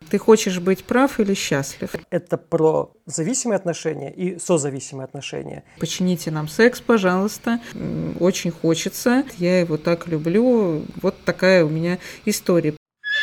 Ты хочешь быть прав или счастлив? Это про зависимые отношения и созависимые отношения. Почините нам секс, пожалуйста. Очень хочется. Я его так люблю. Вот такая у меня история.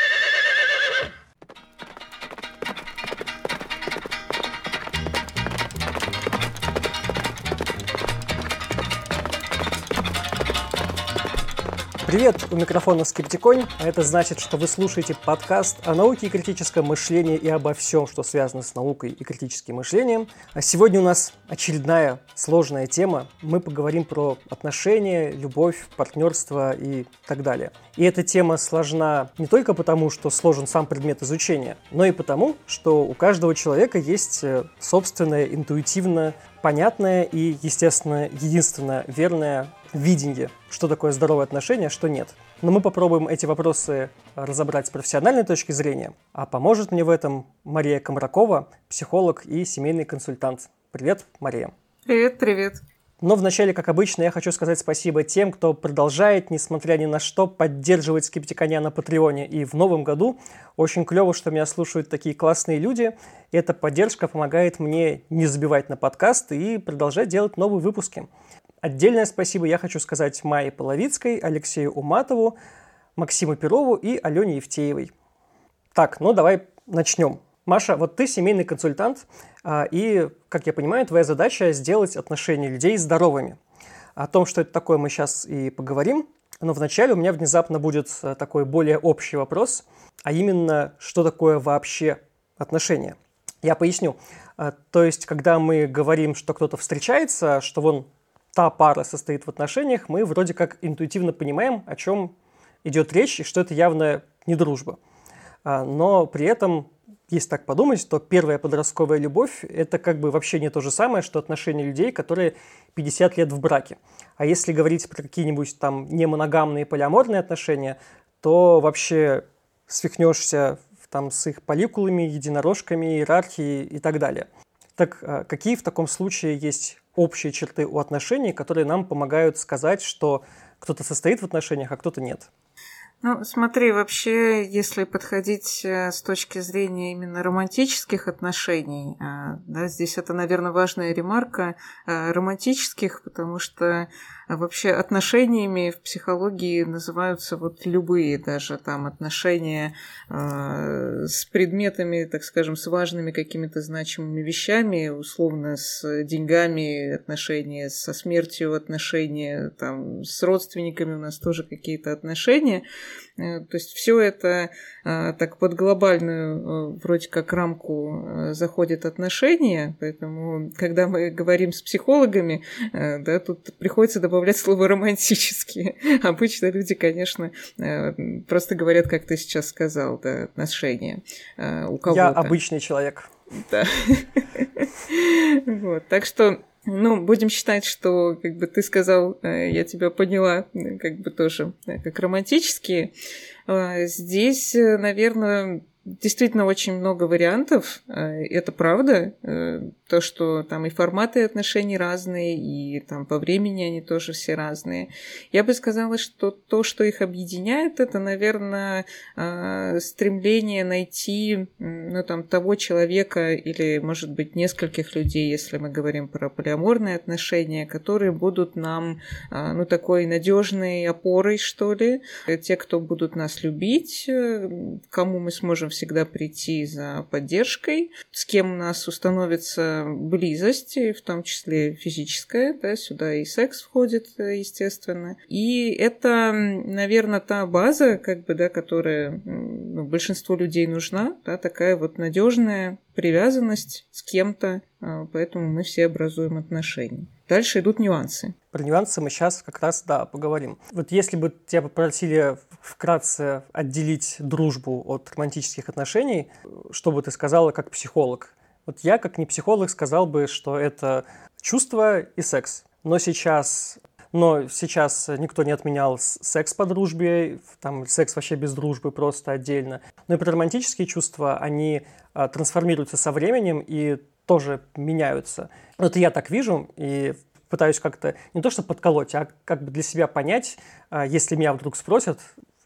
Привет, у микрофона Скептиконь, а это значит, что вы слушаете подкаст о науке и критическом мышлении и обо всем, что связано с наукой и критическим мышлением. А сегодня у нас очередная сложная тема. Мы поговорим про отношения, любовь, партнерство и так далее. И эта тема сложна не только потому, что сложен сам предмет изучения, но и потому, что у каждого человека есть собственное, интуитивно понятное и, естественно, единственно верное видение, что такое здоровые отношения, а что нет. Но мы попробуем эти вопросы разобрать с профессиональной точки зрения, а поможет мне в этом Мария Комракова, психолог и семейный консультант. Привет, Мария. Привет, привет. Но вначале, как обычно, я хочу сказать спасибо тем, кто продолжает, несмотря ни на что, поддерживать Скептиконя на Патреоне. И в новом году очень клево, что меня слушают такие классные люди. Эта поддержка помогает мне не забивать на подкаст и продолжать делать новые выпуски. Отдельное спасибо я хочу сказать Майе Половицкой, Алексею Уматову, Максиму Перову и Алене Евтеевой. Так, ну давай начнем. Маша, вот ты семейный консультант, и, как я понимаю, твоя задача сделать отношения людей здоровыми. О том, что это такое, мы сейчас и поговорим. Но вначале у меня внезапно будет такой более общий вопрос, а именно, что такое вообще отношения. Я поясню. То есть, когда мы говорим, что кто-то встречается, что вон та пара состоит в отношениях, мы вроде как интуитивно понимаем, о чем идет речь, и что это явно не дружба. Но при этом, если так подумать, то первая подростковая любовь – это как бы вообще не то же самое, что отношения людей, которые 50 лет в браке. А если говорить про какие-нибудь там немоногамные полиаморные отношения, то вообще свихнешься там с их поликулами, единорожками, иерархией и так далее. Так какие в таком случае есть общие черты у отношений, которые нам помогают сказать, что кто-то состоит в отношениях, а кто-то нет? Ну, смотри, вообще, если подходить с точки зрения именно романтических отношений, да, здесь это, наверное, важная ремарка романтических, потому что вообще отношениями в психологии называются вот любые даже там отношения с предметами, так скажем, с важными какими-то значимыми вещами, условно с деньгами отношения, со смертью отношения, там, с родственниками у нас тоже какие-то отношения. То есть все это так под глобальную вроде как рамку заходит отношения, поэтому когда мы говорим с психологами, да, тут приходится добавлять слово романтические. Обычно люди, конечно, просто говорят, как ты сейчас сказал, да, отношения у кого-то. Я обычный человек. Да. Вот, так что будем считать, что, как бы ты сказал, я тебя поняла, как бы тоже как романтические. Здесь, наверное, действительно очень много вариантов, это правда, то, что там и форматы отношений разные, и там по времени они тоже все разные. Я бы сказала, что то, что их объединяет, это, наверное, стремление найти, того человека или, может быть, нескольких людей, если мы говорим про полиаморные отношения, которые будут нам, такой надежной опорой, что ли, те, кто будут нас любить, к кому мы сможем всегда прийти за поддержкой, с кем у нас установится близость, в том числе физическая, да, сюда и секс входит, естественно. И это, наверное, та база, как бы, да, которая большинству людей нужна, да, такая вот надежная привязанность с кем-то, поэтому мы все образуем отношения. Дальше идут нюансы. Про нюансы мы сейчас как раз, да, поговорим. Вот если бы тебя попросили вкратце отделить дружбу от романтических отношений, что бы ты сказала как психолог? Вот я, как не психолог, сказал бы, что это чувство и секс. Но сейчас никто не отменял секс по дружбе, там секс вообще без дружбы, просто отдельно. Но и про романтические чувства, они трансформируются со временем и тоже меняются. Вот я так вижу и пытаюсь как-то не то что подколоть, а как бы для себя понять, если меня вдруг спросят,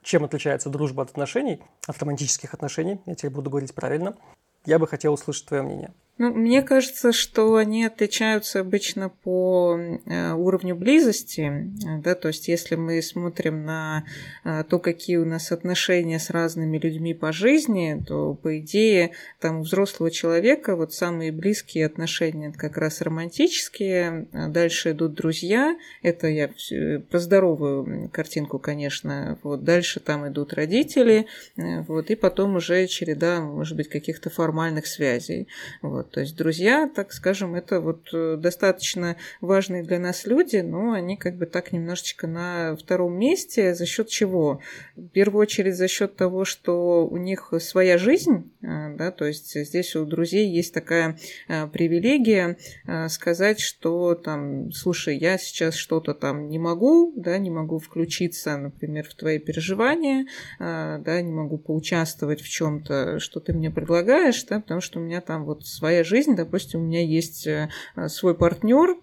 чем отличается дружба от отношений, от романтических отношений, я теперь буду говорить правильно. Я бы хотел услышать твое мнение. Ну, мне кажется, что они отличаются обычно по уровню близости, да, то есть если мы смотрим на то, какие у нас отношения с разными людьми по жизни, то, по идее, там у взрослого человека вот самые близкие отношения это как раз романтические, дальше идут друзья, это я про здоровую картинку, конечно, вот, дальше там идут родители, вот, и потом уже череда, может быть, каких-то формальных связей, вот. То есть друзья, так скажем, это вот достаточно важные для нас люди, но они как бы так немножечко на втором месте. За счет чего? В первую очередь за счет того, что у них своя жизнь, да, то есть здесь у друзей есть такая привилегия сказать, что там, слушай, я сейчас что-то там не могу, да, не могу включиться, например, в твои переживания, да, не могу поучаствовать в чем-то, что ты мне предлагаешь, да, потому что у меня там вот своя жизнь, допустим, у меня есть свой партнер,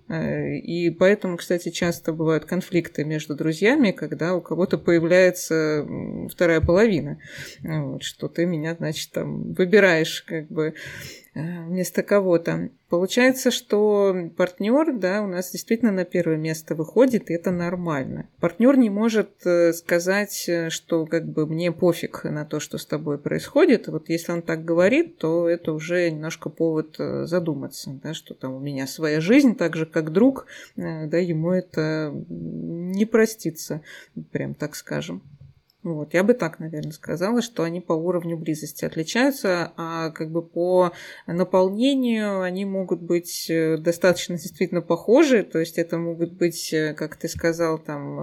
и поэтому, кстати, часто бывают конфликты между друзьями, когда у кого-то появляется вторая половина, вот, что ты меня, значит, там выбираешь как бы вместо кого-то. Получается, что партнер, да, у нас действительно на первое место выходит, и это нормально. Партнер не может сказать, что как бы мне пофиг на то, что с тобой происходит. Вот если он так говорит, то это уже немножко повод задуматься, да, что там у меня своя жизнь, так же как друг, да, ему это не простится, прям так скажем. Вот, я бы так, наверное, сказала, что они по уровню близости отличаются, а как бы по наполнению они могут быть достаточно действительно похожи, то есть это могут быть, как ты сказал,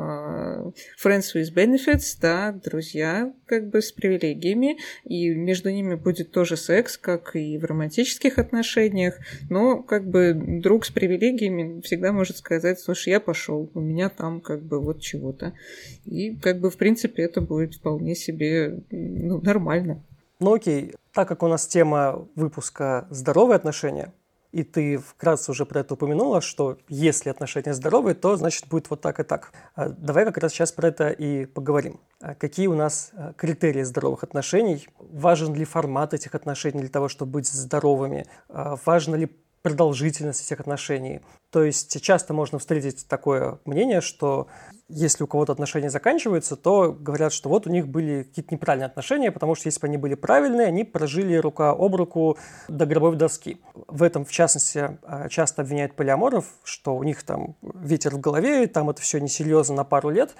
там, friends with benefits, да, друзья как бы с привилегиями, и между ними будет тоже секс, как и в романтических отношениях, но как бы друг с привилегиями всегда может сказать, слушай, я пошел, у меня там как бы вот чего-то, и как бы в принципе это будет вполне себе нормально. Ну окей, так как у нас тема выпуска «Здоровые отношения», и ты вкратце уже про это упомянула, что если отношения здоровые, то значит будет вот так и так. Давай как раз сейчас про это и поговорим. Какие у нас критерии здоровых отношений? Важен ли формат этих отношений для того, чтобы быть здоровыми? Важна ли продолжительность этих отношений? То есть часто можно встретить такое мнение, что если у кого-то отношения заканчиваются, то говорят, что вот у них были какие-то неправильные отношения, потому что если бы они были правильные, они прожили рука об руку до гробовой доски. В этом, в частности, часто обвиняют полиаморов, что у них там ветер в голове, там это все несерьезно на пару лет.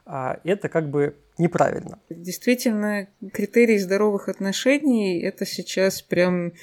Это как бы неправильно. Действительно, критерий здоровых отношений – это сейчас прям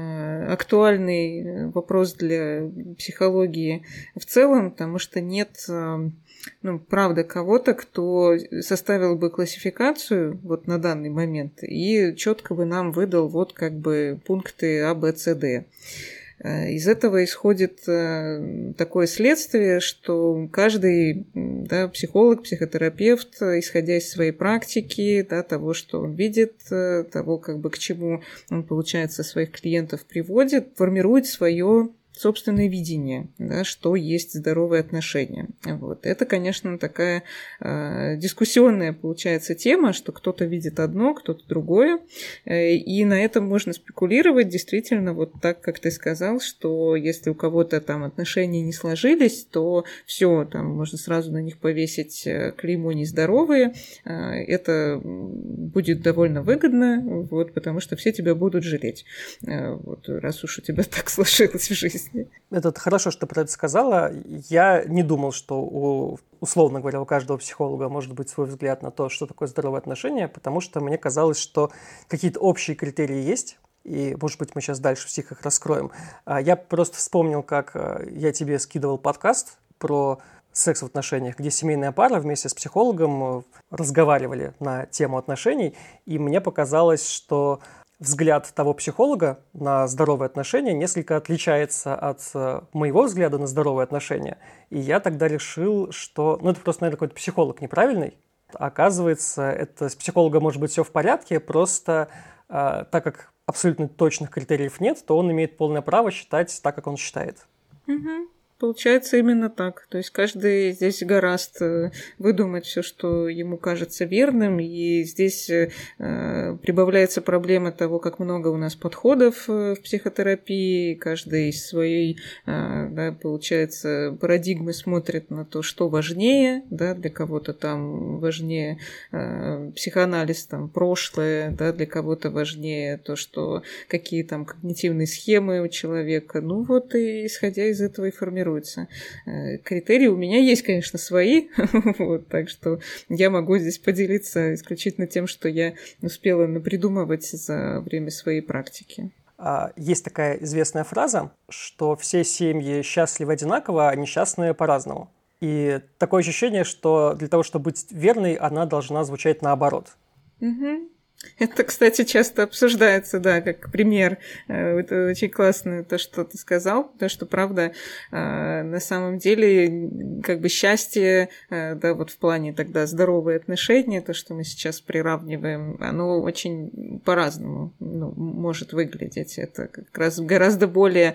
актуальный вопрос для психологии в целом, потому что нет, правда, кого-то, кто составил бы классификацию вот на данный момент и четко бы нам выдал вот как бы пункты А, Б, С, Д. Из этого исходит такое следствие, что каждый, да, психолог, психотерапевт, исходя из своей практики, да, того, что он видит, того, как бы к чему он, получается, своих клиентов приводит, формирует свое собственное видение, да, что есть здоровые отношения. Вот. Это, конечно, такая дискуссионная, получается, тема, что кто-то видит одно, кто-то другое, и на этом можно спекулировать. Действительно, вот так, как ты сказал, что если у кого-то там отношения не сложились, то все, там можно сразу на них повесить клеймо «нездоровые». Это будет довольно выгодно, вот, потому что все тебя будут жалеть, вот, раз уж у тебя так сложилось в жизни. Это хорошо, что ты про это сказала. Я не думал, что условно говоря, у каждого психолога может быть свой взгляд на то, что такое здоровые отношения, потому что мне казалось, что какие-то общие критерии есть, и, может быть, мы сейчас дальше всех их раскроем. Я просто вспомнил, как я тебе скидывал подкаст про секс в отношениях, где семейная пара вместе с психологом разговаривали на тему отношений, и мне показалось, что взгляд того психолога на здоровые отношения несколько отличается от моего взгляда на здоровые отношения. И я тогда решил, что... это просто, наверное, какой-то психолог неправильный. Оказывается, это с психологом может быть все в порядке, просто так как абсолютно точных критериев нет, то он имеет полное право считать так, как он считает. Угу. получается именно так. То есть каждый здесь гораст выдумать все, что ему кажется верным, и здесь прибавляется проблема того, как много у нас подходов в психотерапии, каждый из своей, да, получается, парадигмы смотрит на то, что важнее, да, для кого-то там важнее психоанализ, там, прошлое, да, для кого-то важнее то, что какие там когнитивные схемы у человека. Ну вот и исходя из этого и формируются критерии. У меня есть, конечно, свои, вот, так что я могу здесь поделиться исключительно тем, что я успела напридумывать за время своей практики. Есть такая известная фраза, что все семьи счастливы одинаково, а несчастные по-разному. И такое ощущение, что для того, чтобы быть верной, она должна звучать наоборот. Угу. Это, кстати, часто обсуждается, да, как пример. Это очень классно, то, что ты сказал, потому что, правда, на самом деле, как бы счастье, да, вот в плане тогда здоровые отношения, то, что мы сейчас приравниваем, оно очень по-разному, ну, может выглядеть. Это как раз гораздо более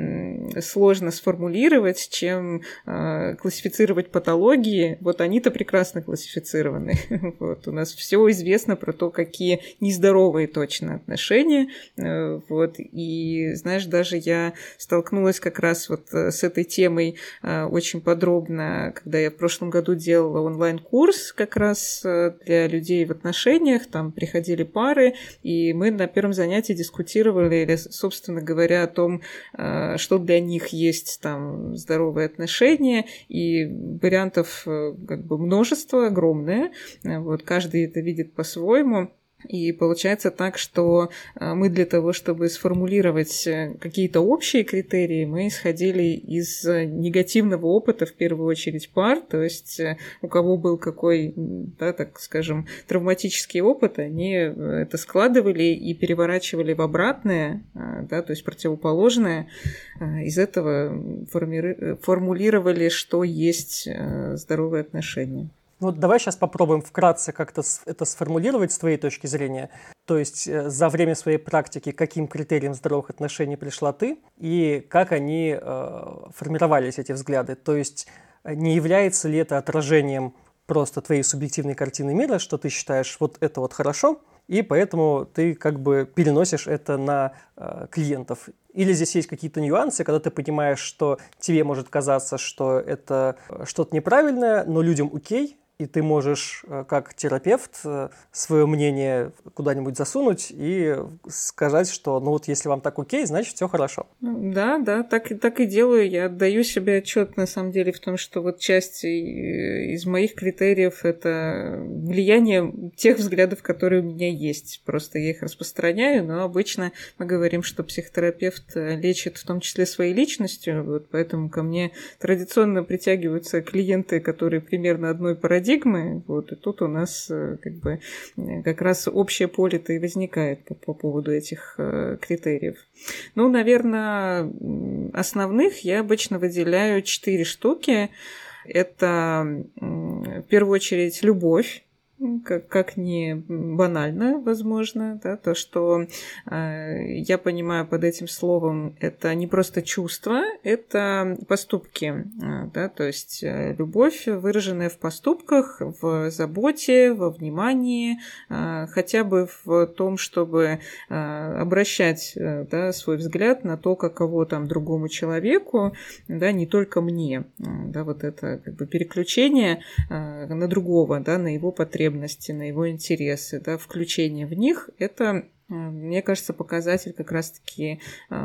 сложно сформулировать, чем классифицировать патологии. Вот они-то прекрасно классифицированы. Вот, у нас все известно про то, какие нездоровые точно отношения, вот, и, знаешь, даже я столкнулась как раз вот с этой темой очень подробно, когда я в прошлом году делала онлайн-курс как раз для людей в отношениях, там приходили пары, и мы на первом занятии дискутировали, собственно говоря, о том, что для них есть там здоровые отношения, и вариантов как бы множество, огромное, вот, каждый это видит по-своему. И получается так, что мы для того, чтобы сформулировать какие-то общие критерии, мы исходили из негативного опыта, в первую очередь, пар, то есть у кого был какой, да, так скажем, травматический опыт, они это складывали и переворачивали в обратное, да, то есть противоположное, из этого формулировали, что есть здоровые отношения. Ну, давай сейчас попробуем вкратце как-то это сформулировать с твоей точки зрения. То есть за время своей практики к каким критериям здоровых отношений пришла ты и как они формировались, эти взгляды. То есть не является ли это отражением просто твоей субъективной картины мира, что ты считаешь вот это вот хорошо, и поэтому ты как бы переносишь это на клиентов. Или здесь есть какие-то нюансы, когда ты понимаешь, что тебе может казаться, что это что-то неправильное, но людям окей, и ты можешь, как терапевт, свое мнение куда-нибудь засунуть и сказать, что ну вот если вам так окей, значит все хорошо. Да, так и делаю. Я отдаю себе отчет на самом деле в том, что вот часть из моих критериев — это влияние тех взглядов, которые у меня есть. Просто я их распространяю, но обычно мы говорим, что психотерапевт лечит в том числе своей личностью, вот поэтому ко мне традиционно притягиваются клиенты, которые примерно одной парадигмы, вот, и тут у нас как раз общее поле-то и возникает по поводу этих критериев. Ну, наверное, основных я обычно выделяю 4 штуки. Это, в первую очередь, любовь. Как ни банально, возможно, да, то, что я понимаю под этим словом, это не просто чувства, это поступки, да, то есть любовь, выраженная в поступках, в заботе, во внимании, хотя бы в том, чтобы обращать, да, свой взгляд на то, каково там другому человеку, да, не только мне, да, вот это как бы переключение на другого, да, на его потребности, на его интересы, да, включение в них, это, мне кажется, показатель как раз-таки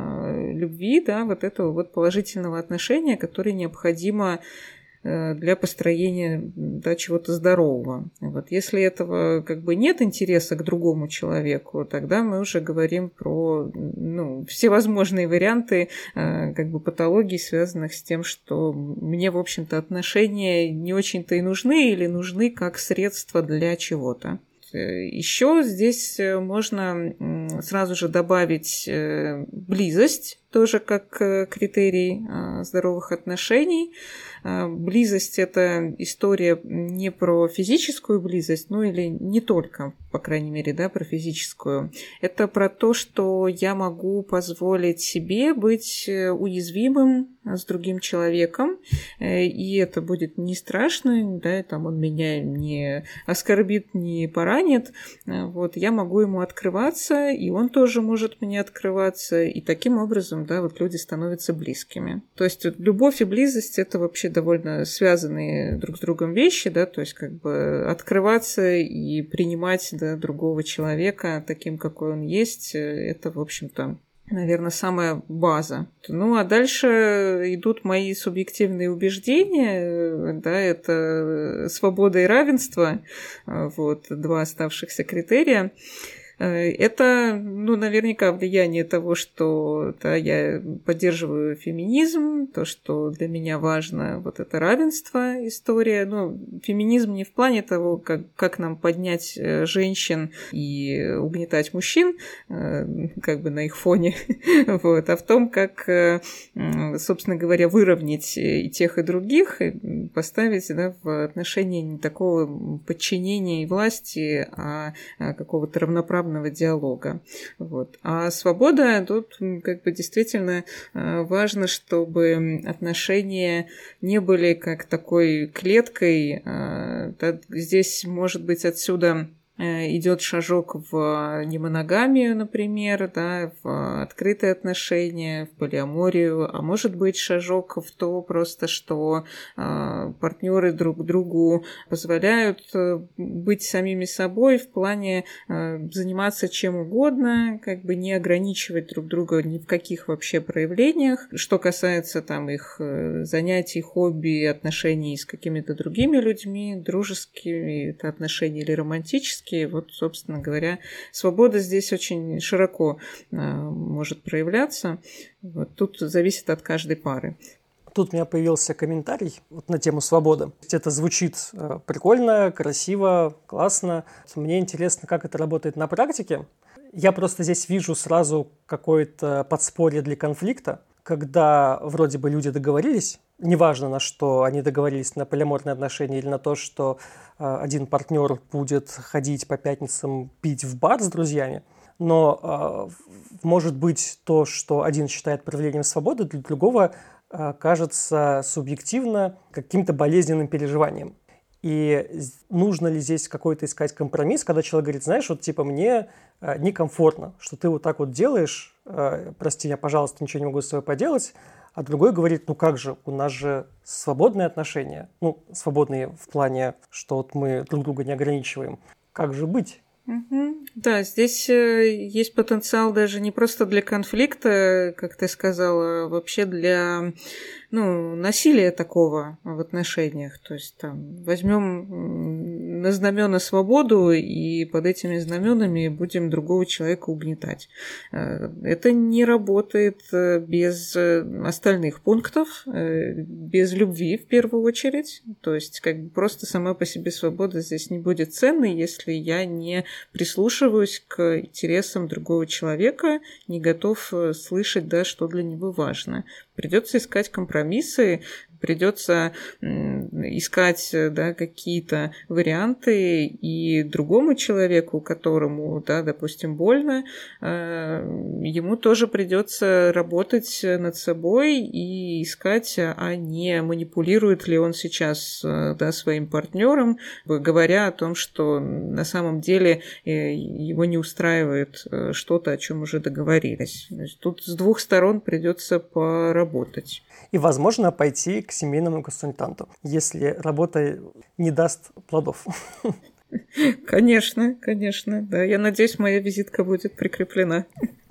любви, да, вот этого вот положительного отношения, которое необходимо для построения, да, чего-то здорового. Вот. Если этого как бы нет интереса к другому человеку, тогда мы уже говорим про, ну, всевозможные варианты как бы патологий, связанных с тем, что мне, в общем-то, отношения не очень-то и нужны или нужны как средство для чего-то. Еще здесь можно сразу же добавить близость. тоже как критерий здоровых отношений. Близость – это история не про физическую близость, ну или не только, по крайней мере, да, про физическую. Это про то, что я могу позволить себе быть уязвимым с другим человеком, и это будет не страшно, да, там он меня не оскорбит, не поранит. Вот, я могу ему открываться, и он тоже может мне открываться, и таким образом, да, вот люди становятся близкими. То есть любовь и близость – это вообще довольно связанные друг с другом вещи, да, то есть как бы открываться и принимать, да, другого человека таким, какой он есть, это, в общем-то, наверное, самая база. Ну, а дальше идут мои субъективные убеждения, да, это свобода и равенство, вот, два оставшихся критерия. Это, ну, наверняка влияние того, что да, я поддерживаю феминизм, то, что для меня важно вот это равенство, история. Ну, феминизм не в плане того, как нам поднять женщин и угнетать мужчин, как бы на их фоне, вот, а в том, как, собственно говоря, выровнять и тех, и других, и поставить, да, в отношении не такого подчинения и власти, а какого-то равноправного диалога. Вот. А свобода, тут как бы действительно важно, чтобы отношения не были как такой клеткой. Здесь, может быть, отсюда идет шажок в немоногамию, например, да, в открытые отношения, в полиаморию, а может быть шажок в то просто, что партнеры друг другу позволяют быть самими собой в плане заниматься чем угодно, как бы не ограничивать друг друга ни в каких вообще проявлениях. Что касается там их занятий, хобби, отношений с какими-то другими людьми, дружеские это отношения или романтические, вот, собственно говоря, свобода здесь очень широко может проявляться. Вот, тут зависит от каждой пары. Тут у меня появился комментарий вот на тему свободы. Это звучит прикольно, красиво, классно. Мне интересно, как это работает на практике. Я просто здесь вижу сразу какое-то подспорье для конфликта, когда вроде бы люди договорились, неважно на что они договорились, на полиаморные отношения или на то, что один партнер будет ходить по пятницам пить в бар с друзьями, но может быть то, что один считает проявлением свободы, для другого кажется субъективно каким-то болезненным переживанием. И нужно ли здесь какой-то искать компромисс, когда человек говорит, знаешь, вот типа мне некомфортно, что ты вот так вот делаешь, прости меня, пожалуйста, ничего не могу с тобой поделать, а другой говорит, ну как же, у нас же свободные отношения, ну, свободные в плане, что вот мы друг друга не ограничиваем. Как же быть? Да, здесь есть потенциал даже не просто для конфликта, как ты сказала, а вообще для насилия такого в отношениях. То есть там возьмем на знамена свободу и под этими знаменами будем другого человека угнетать. Это не работает без остальных пунктов, без любви в первую очередь. То есть как бы просто сама по себе свобода здесь не будет ценной, если я не прислушиваюсь к интересам другого человека, не готов слышать, да, что для него важно. Придется искать компромиссы, придется искать, да, какие-то варианты и другому человеку, которому, да, допустим, больно, ему тоже придется работать над собой и искать, а не манипулирует ли он сейчас, да, своим партнером, говоря о том, что на самом деле его не устраивает что-то, о чем уже договорились. То есть тут с двух сторон придется поработать. И, возможно, пойти к семейному консультанту, если работа не даст плодов. Конечно, конечно. Да, я надеюсь, моя визитка будет прикреплена.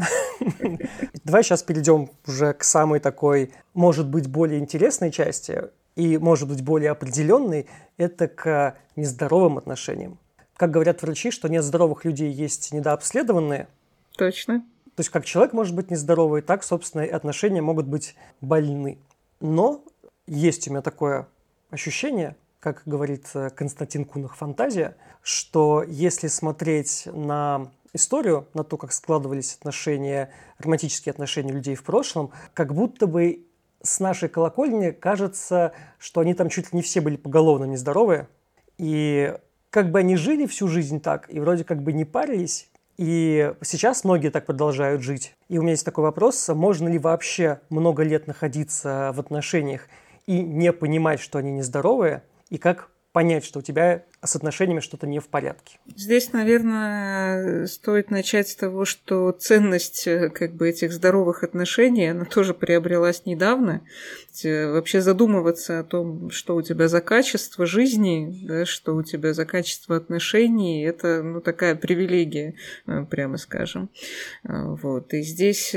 Давай сейчас перейдем уже к самой такой, может быть, более интересной части и, может быть, более определенной. Это к нездоровым отношениям. Как говорят врачи, что нет здоровых людей, есть недообследованные. Точно. То есть как человек может быть нездоровый, так, собственно, и отношения могут быть больны. Но есть у меня такое ощущение, как говорит Константин Кунах, фантазия, что если смотреть на историю, на то, как складывались отношения, романтические отношения людей в прошлом, как будто бы с нашей колокольни кажется, что они там чуть ли не все были поголовно нездоровые. И как бы они жили всю жизнь так, и вроде как бы не парились. И сейчас многие так продолжают жить. И у меня есть такой вопрос, можно ли вообще много лет находиться в отношениях и не понимать, что они нездоровые, и как понять, что у тебя с отношениями что-то не в порядке? Здесь, наверное, стоит начать с того, что ценность как бы этих здоровых отношений, она тоже приобрелась недавно. Вообще задумываться о том, что у тебя за качество жизни, да, что у тебя за качество отношений, это такая привилегия, прямо скажем. Вот. И здесь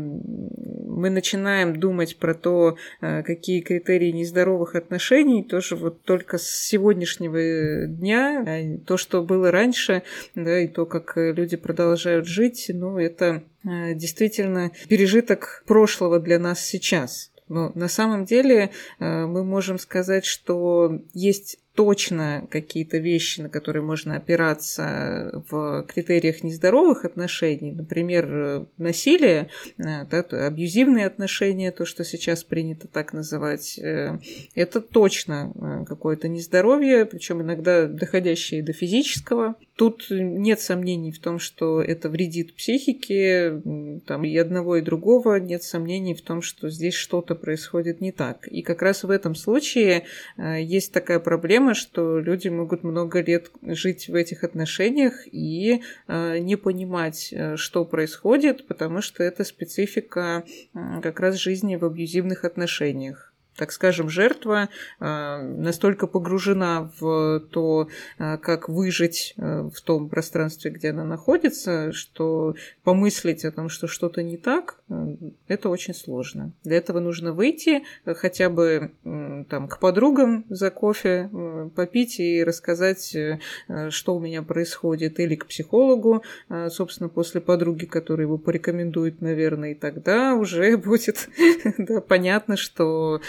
мы начинаем думать про то, какие критерии нездоровых отношений, тоже вот только с сегодняшнего дня, то, что было раньше, да, и то, как люди продолжают жить, это действительно пережиток прошлого для нас сейчас. Но на самом деле мы можем сказать, что есть точно какие-то вещи, на которые можно опираться в критериях нездоровых отношений, например, насилие, да, абьюзивные отношения, то, что сейчас принято так называть, это точно какое-то нездоровье, причем иногда доходящее до физического. Тут нет сомнений в том, что это вредит психике, там и одного, и другого, нет сомнений в том, что здесь что-то происходит не так. И как раз в этом случае есть такая проблема, что люди могут много лет жить в этих отношениях и не понимать, что происходит, потому что это специфика как раз жизни в абьюзивных отношениях. Так скажем, жертва настолько погружена в то, как выжить в том пространстве, где она находится, что помыслить о том, что что-то не так, это очень сложно. Для этого нужно выйти хотя бы там, к подругам за кофе, попить и рассказать, что у меня происходит, или к психологу, собственно, после подруги, которая его порекомендует, наверное, и тогда уже будет понятно, что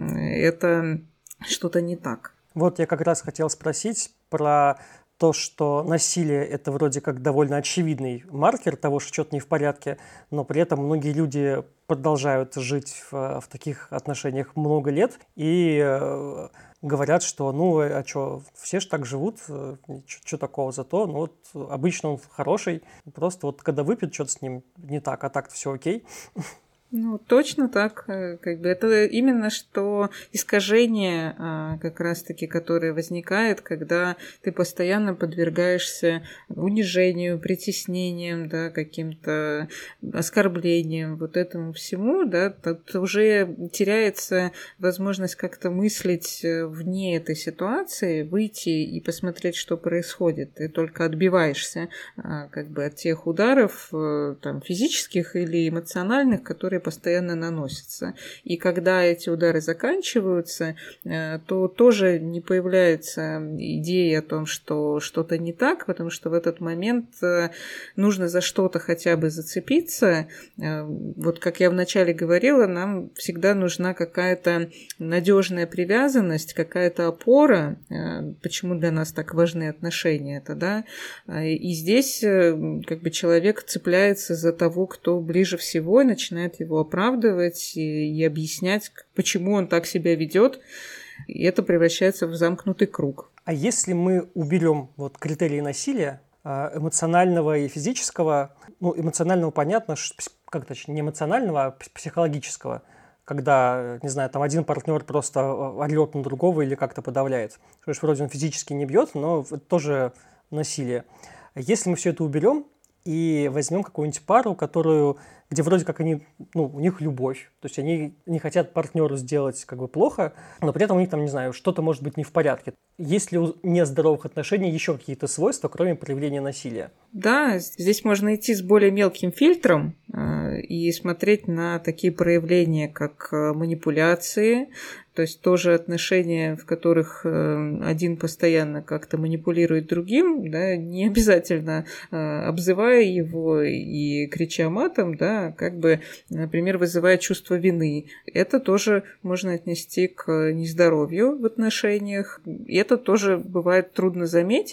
это что-то не так. Вот я как раз хотел спросить про то, что насилие – это вроде как довольно очевидный маркер того, что что-то не в порядке, но при этом многие люди продолжают жить в таких отношениях много лет и говорят, что а что, все же так живут, что такого, зато обычно он хороший, просто когда выпьет, что-то с ним не так, а так-то все окей. Точно так. Это именно что искажение, как раз-таки, которое возникает, когда ты постоянно подвергаешься унижению, притеснениям, да, каким-то оскорблениям, вот этому всему, да, тут уже теряется возможность как-то мыслить вне этой ситуации, выйти и посмотреть, что происходит. Ты только отбиваешься от тех ударов, там, физических или эмоциональных, которые постоянно наносятся. И когда эти удары заканчиваются, то тоже не появляется идея о том, что что-то не так, потому что в этот момент нужно за что-то хотя бы зацепиться. Вот как я вначале говорила, нам всегда нужна какая-то надежная привязанность, какая-то опора. Почему для нас так важны отношения? И здесь человек цепляется за того, кто ближе всего, и начинает его оправдывать и объяснять, почему он так себя ведет, и это превращается в замкнутый круг. А если мы уберем критерии насилия, эмоционального и физического, эмоционального понятно, не эмоционального, а психологического, когда, не знаю, там один партнер просто орёт на другого или как-то подавляет. То есть вроде он физически не бьет, но это тоже насилие. Если мы все это уберем и возьмем какую-нибудь пару, где вроде как они, у них любовь, то есть они не хотят партнеру сделать плохо, но при этом у них там, не знаю, что-то может быть не в порядке. Есть ли у нездоровых отношений еще какие-то свойства, кроме проявления насилия? Да, здесь можно идти с более мелким фильтром и смотреть на такие проявления, как манипуляции, то есть тоже отношения, в которых один постоянно как-то манипулирует другим, да, не обязательно обзывая его и крича матом, да, например, вызывая чувство вины. Это тоже можно отнести к нездоровью в отношениях. И это тоже бывает трудно заметить,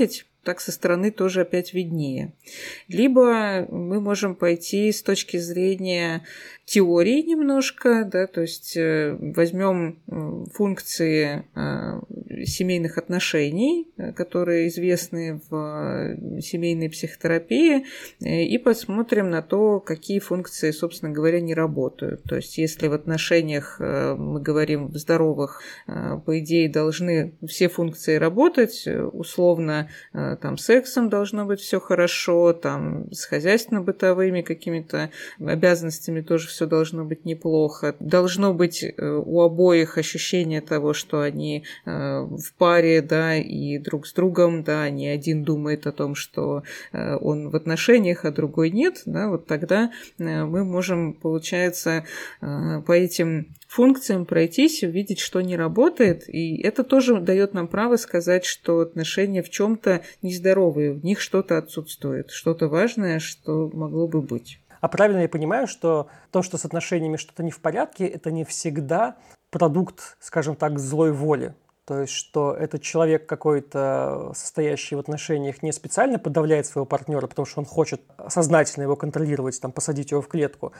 так со стороны тоже опять виднее. Либо мы можем пойти с точки зрения теории немножко, да, то есть возьмем функции семейных отношений, которые известны в семейной психотерапии, и посмотрим на то, какие функции, собственно говоря, не работают. То есть если в отношениях, мы говорим, здоровых, по идее, должны все функции работать, условно, там, сексом должно быть все хорошо, там, с хозяйственно-бытовыми какими-то обязанностями тоже все должно быть неплохо. Должно быть у обоих ощущение того, что они в паре, да, и друг с другом, да, не один думает о том, что он в отношениях, а другой нет, да, вот тогда мы можем, получается, по этим функциям пройтись, увидеть, что не работает, и это тоже дает нам право сказать, что отношения в чем-то нездоровые, в них что-то отсутствует, что-то важное, что могло бы быть. А правильно я понимаю, что то, что с отношениями что-то не в порядке, это не всегда продукт, скажем так, злой воли. То есть, что этот человек какой-то, состоящий в отношениях, не специально подавляет своего партнера, потому что он хочет сознательно его контролировать, там, посадить его в клетку,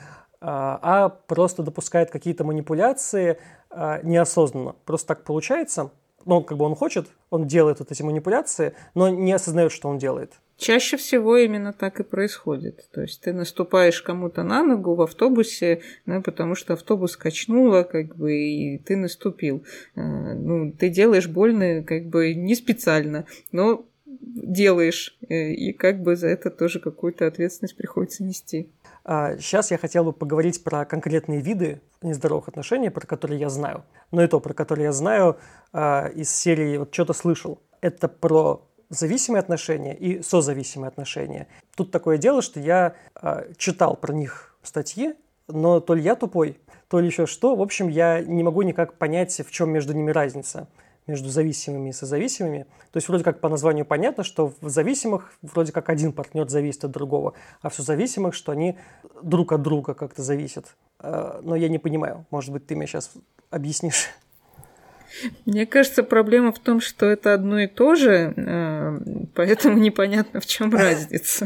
а просто допускает какие-то манипуляции неосознанно. Просто так получается. Ну, как бы он хочет, он делает вот эти манипуляции, но не осознает, что он делает. Чаще всего именно так и происходит. То есть ты наступаешь кому-то на ногу в автобусе, да, потому что автобус качнуло, как бы, и ты наступил. Ну, ты делаешь больно, как бы, не специально, но делаешь, и как бы за это тоже какую-то ответственность приходится нести. Сейчас я хотел бы поговорить про конкретные виды нездоровых отношений, про которые я знаю. Но и то, про которые я знаю из серии «Вот что-то слышал». Это про зависимые отношения и созависимые отношения. Тут такое дело, что я читал про них статьи, но то ли я тупой, то ли еще что. В общем, я не могу никак понять, в чем между ними разница, между зависимыми и созависимыми. То есть вроде как по названию понятно, что в зависимых вроде как один партнер зависит от другого, а в созависимых, что они друг от друга как-то зависят. Но я не понимаю. Может быть, ты мне сейчас объяснишь. Мне кажется, проблема в том, что это одно и то же, поэтому непонятно, в чем разница.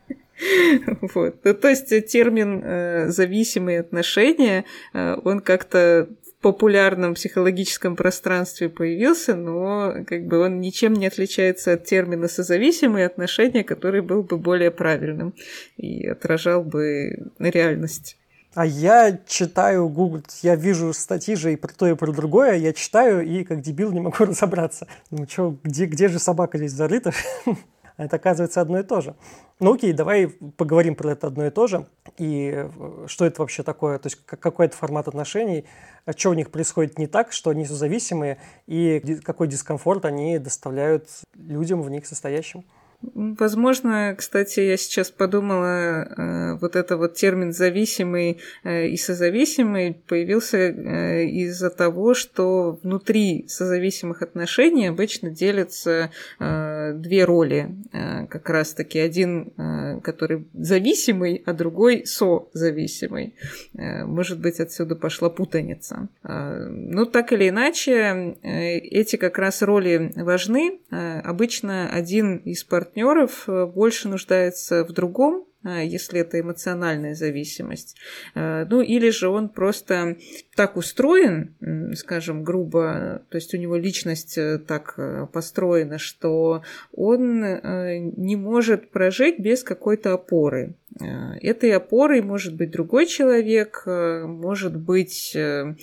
Вот. То есть термин «зависимые отношения», он как-то в популярном психологическом пространстве появился, но как бы он ничем не отличается от термина «созависимые отношения», который был бы более правильным и отражал бы реальность. А я читаю Google, я вижу статьи же и про то, и про другое, я читаю и как дебил не могу разобраться. Думаю, что, где же собака здесь зарыта? Это, оказывается, одно и то же. Ну окей, давай поговорим про это одно и то же. И что это вообще такое? То есть какой это формат отношений? Что у них происходит не так, что они созависимые? И какой дискомфорт они доставляют людям в них состоящим? Возможно, кстати, я сейчас подумала, вот это вот термин «зависимый» и «созависимый» появился из-за того, что внутри созависимых отношений обычно делятся две роли. Как раз-таки один, который зависимый, а другой созависимый. Может быть, отсюда пошла путаница. Но так или иначе, эти как раз роли важны. Обычно один из партнеров больше нуждается в другом, если это эмоциональная зависимость. Ну, или же он просто так устроен, скажем, грубо, то есть у него личность так построена, что он не может прожить без какой-то опоры. Этой опорой может быть другой человек, может быть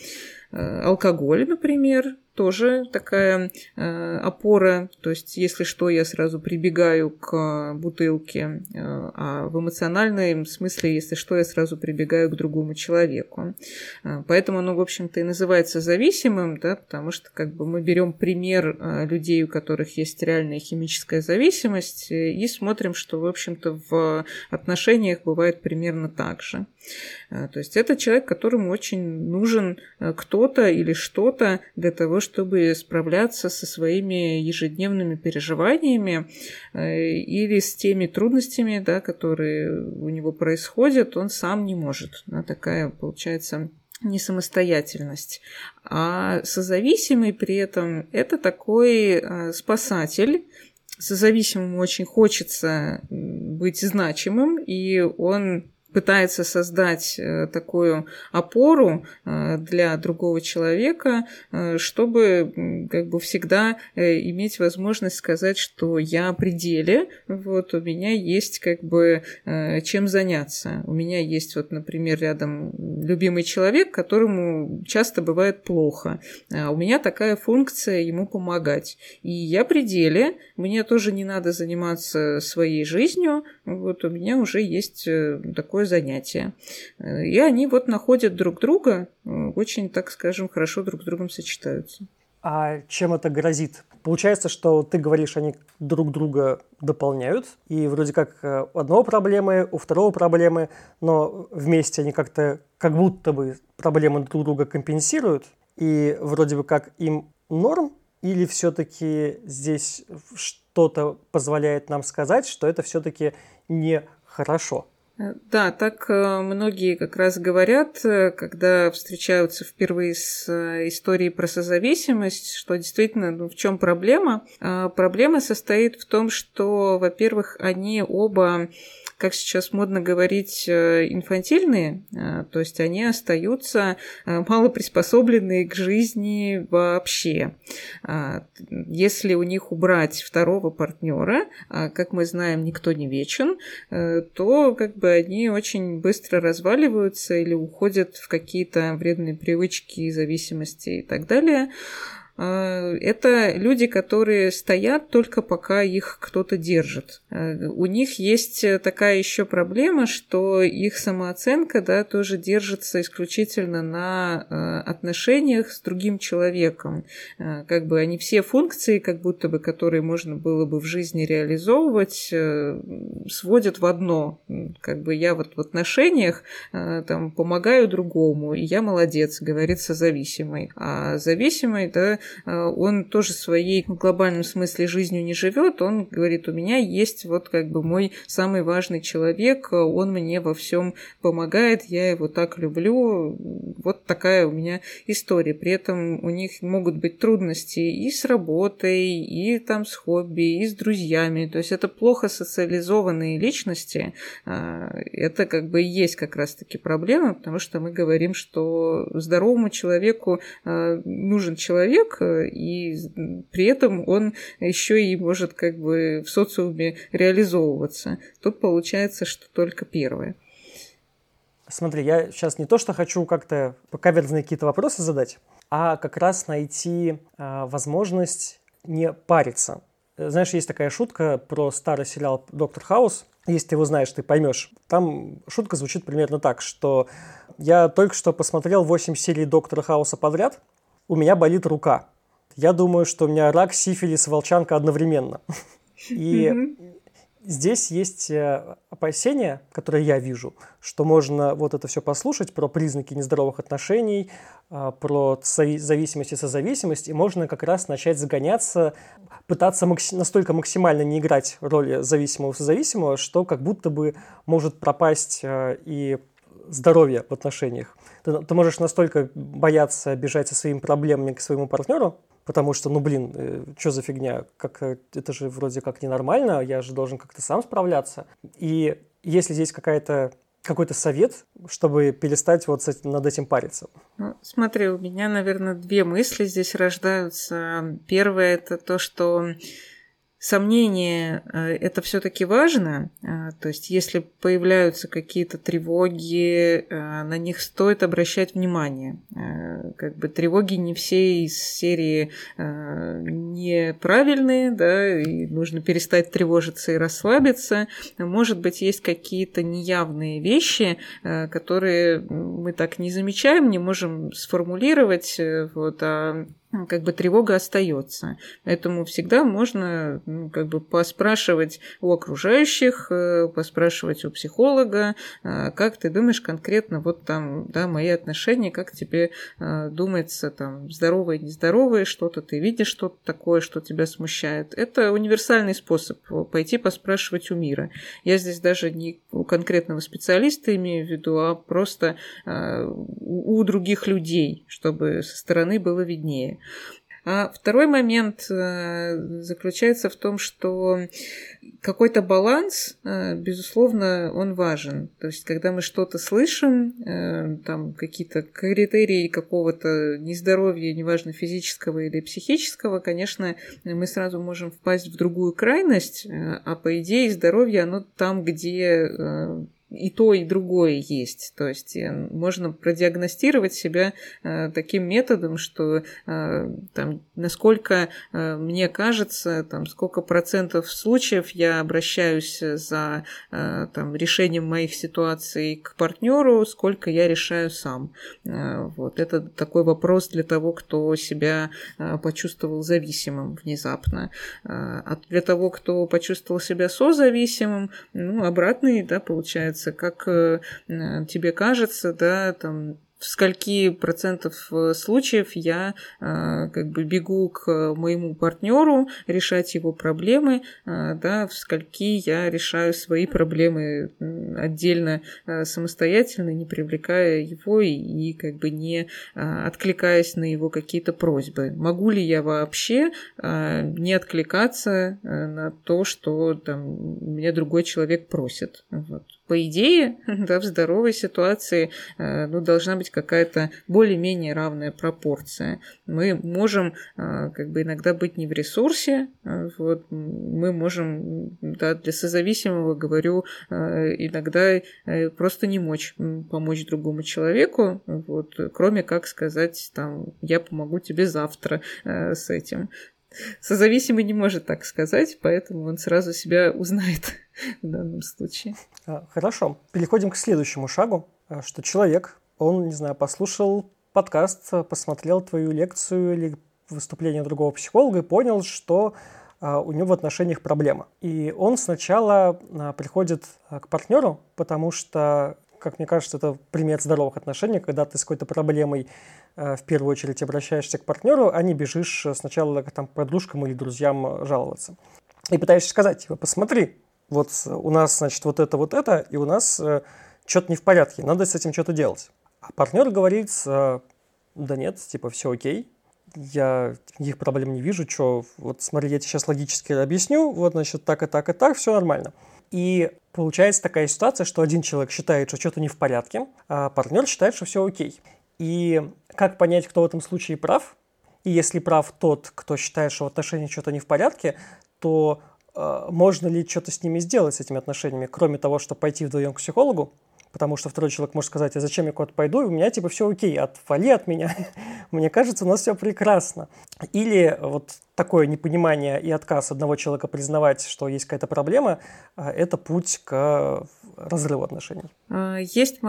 алкоголь, например, тоже такая опора, то есть если что, я сразу прибегаю к бутылке, а в эмоциональном смысле, если что, я сразу прибегаю к другому человеку. Поэтому оно, в общем-то, и называется зависимым, да, потому что как бы мы берем пример людей, у которых есть реальная химическая зависимость, и смотрим, что, в общем-то, в отношениях бывает примерно так же. То есть это человек, которому очень нужен кто-то или что-то для того, чтобы справляться со своими ежедневными переживаниями или с теми трудностями, да, которые у него происходят, он сам не может. Да, такая, получается, несамостоятельность. А созависимый при этом это такой спасатель, созависимому очень хочется быть значимым, и он пытается создать такую опору для другого человека, чтобы как бы всегда иметь возможность сказать, что я при деле, вот, у меня есть как бы чем заняться. У меня есть, вот, например, рядом любимый человек, которому часто бывает плохо. А у меня такая функция ему помогать. И я при деле, мне тоже не надо заниматься своей жизнью, вот, у меня уже есть такое занятие. И они вот находят друг друга, очень, так скажем, хорошо друг с другом сочетаются. А чем это грозит? Получается, что ты говоришь, они друг друга дополняют, и вроде как у одного проблемы, у второго проблемы, но вместе они как-то, как будто бы проблемы друг друга компенсируют, и вроде бы как им норм, или все-таки здесь что-то позволяет нам сказать, что это все-таки нехорошо? Да, так многие как раз говорят, когда встречаются впервые с историей про созависимость, что действительно, в чем проблема? Проблема состоит в том, что, во-первых, они оба, как сейчас модно говорить, инфантильные, то есть они остаются мало приспособленные к жизни вообще. Если у них убрать второго партнера, как мы знаем, никто не вечен, то как бы они очень быстро разваливаются или уходят в какие-то вредные привычки, зависимости и так далее. Это люди, которые стоят только пока их кто-то держит. У них есть такая еще проблема, что их самооценка, да, тоже держится исключительно на отношениях с другим человеком. Как бы они все функции, как будто бы, которые можно было бы в жизни реализовывать, сводят в одно. Как бы я вот в отношениях там помогаю другому, и я молодец, говорит созависимый. А зависимый, да, он тоже своей в глобальном смысле жизнью не живет. Он говорит, у меня есть вот как бы мой самый важный человек, он мне во всем помогает, я его так люблю. Вот такая у меня история. При этом у них могут быть трудности и с работой, и там с хобби, и с друзьями. То есть это плохо социализованные личности. Это как бы и есть как раз-таки проблема, потому что мы говорим, что здоровому человеку нужен человек, и при этом он еще и может как бы в социуме реализовываться. Тут получается, что только первое. Смотри, я сейчас не то, что хочу как-то каверзные какие-то вопросы задать, а как раз найти возможность не париться. Знаешь, есть такая шутка про старый сериал «Доктор Хаус». Если ты его знаешь, ты поймешь. Там шутка звучит примерно так, что я только что посмотрел 8 серий «Доктора Хауса» подряд, у меня болит рука. Я думаю, что у меня рак, сифилис, волчанка одновременно. И здесь есть опасения, которые я вижу, что можно вот это все послушать про признаки нездоровых отношений, про зависимость и созависимость, и можно как раз начать загоняться, пытаться настолько максимально не играть роли зависимого и созависимого, что как будто бы может пропасть и здоровье в отношениях. Ты можешь настолько бояться бежать со своими проблемами к своему партнеру, потому что, что за фигня, это же вроде как ненормально, я же должен как-то сам справляться. И если здесь какой-то совет, чтобы перестать вот над этим париться? Ну, смотри, у меня, наверное, две мысли здесь рождаются. Первое – это то, что сомнения – это все-таки важно, то есть если появляются какие-то тревоги, на них стоит обращать внимание. Как бы тревоги не все из серии неправильные, да, и нужно перестать тревожиться и расслабиться. Может быть, есть какие-то неявные вещи, которые мы так не замечаем, не можем сформулировать, вот, а как бы тревога остается. Поэтому всегда можно как бы поспрашивать у окружающих, поспрашивать у психолога, как ты думаешь конкретно, вот там, да, мои отношения, как тебе думается, там, здоровые, нездоровые, что-то ты видишь, что-то такое, что тебя смущает. Это универсальный способ пойти поспрашивать у мира. Я здесь даже не у конкретного специалиста имею в виду, а просто у других людей, чтобы со стороны было виднее. А второй момент заключается в том, что какой-то баланс, безусловно, он важен. То есть, когда мы что-то слышим, там какие-то критерии какого-то нездоровья, неважно, физического или психического, конечно, мы сразу можем впасть в другую крайность, а по идее здоровье, оно там, где и то, и другое есть. То есть можно продиагностировать себя таким методом, что там, насколько мне кажется, там, сколько процентов случаев я обращаюсь за там, решением моих ситуаций к партнеру, сколько я решаю сам. Вот. Это такой вопрос для того, кто себя почувствовал зависимым внезапно. А для того, кто почувствовал себя созависимым, ну, обратный, да, получается, как тебе кажется, да, там, в скольки процентов случаев я как бы бегу к моему партнеру решать его проблемы, да, в скольки я решаю свои проблемы отдельно, самостоятельно, не привлекая его и как бы не откликаясь на его какие-то просьбы. Могу ли я вообще не откликаться на то, что там меня другой человек просит? Вот. По идее, да, в здоровой ситуации ну, должна быть какая-то более-менее равная пропорция. Мы можем как бы иногда быть не в ресурсе, вот, мы можем, да, для созависимого, говорю, иногда просто не мочь помочь другому человеку, вот, кроме как сказать, там, я помогу тебе завтра с этим. Созависимый не может так сказать, поэтому он сразу себя узнает в данном случае. Хорошо. Переходим к следующему шагу, что человек, он, не знаю, послушал подкаст, посмотрел твою лекцию или выступление другого психолога и понял, что у него в отношениях проблема. И он сначала приходит к партнеру, потому что, как мне кажется, это пример здоровых отношений, когда ты с какой-то проблемой в первую очередь обращаешься к партнеру, а не бежишь сначала к там, подружкам или друзьям жаловаться. И пытаешься сказать, типа, посмотри, вот у нас, значит, вот это, и у нас что-то не в порядке, надо с этим что-то делать. А партнер говорит, да нет, типа, все окей, я никаких проблем не вижу, что, вот смотри, я тебе сейчас логически объясню, вот, значит, так и так и так, все нормально. И получается такая ситуация, что один человек считает, что что-то не в порядке, а партнер считает, что все окей. И как понять, кто в этом случае прав? И если прав тот, кто считает, что в отношениях что-то не в порядке, то можно ли что-то с ними сделать, с этими отношениями, кроме того, чтобы пойти вдвоем к психологу? Потому что второй человек может сказать, а зачем я куда-то пойду, и у меня типа все окей, отвали от меня. Мне кажется, у нас все прекрасно. Или вот такое непонимание и отказ одного человека признавать, что есть какая-то проблема, это путь к разрыву отношений. Есть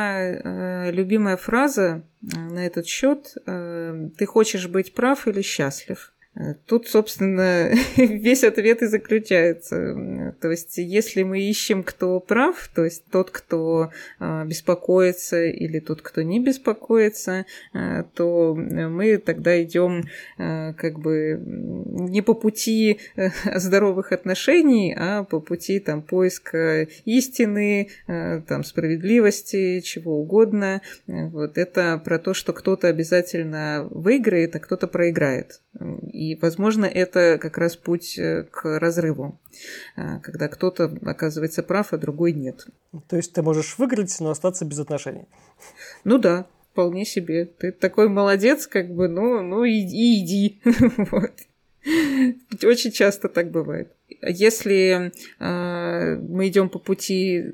моя любимая фраза на этот счет: ты хочешь быть прав или счастлив? Тут, собственно, весь ответ и заключается. То есть, если мы ищем, кто прав, то есть тот, кто беспокоится, или тот, кто не беспокоится, то мы тогда идем как бы не по пути здоровых отношений, а по пути там, поиска истины, там, справедливости, чего угодно. Вот. Это про то, что кто-то обязательно выиграет, а кто-то проиграет. И, возможно, это как раз путь к разрыву, когда кто-то оказывается прав, а другой нет. То есть ты можешь выиграть, но остаться без отношений? Ну да, вполне себе. Ты такой молодец, как бы, ну и иди. Вот. Очень часто так бывает. Если мы идем по пути,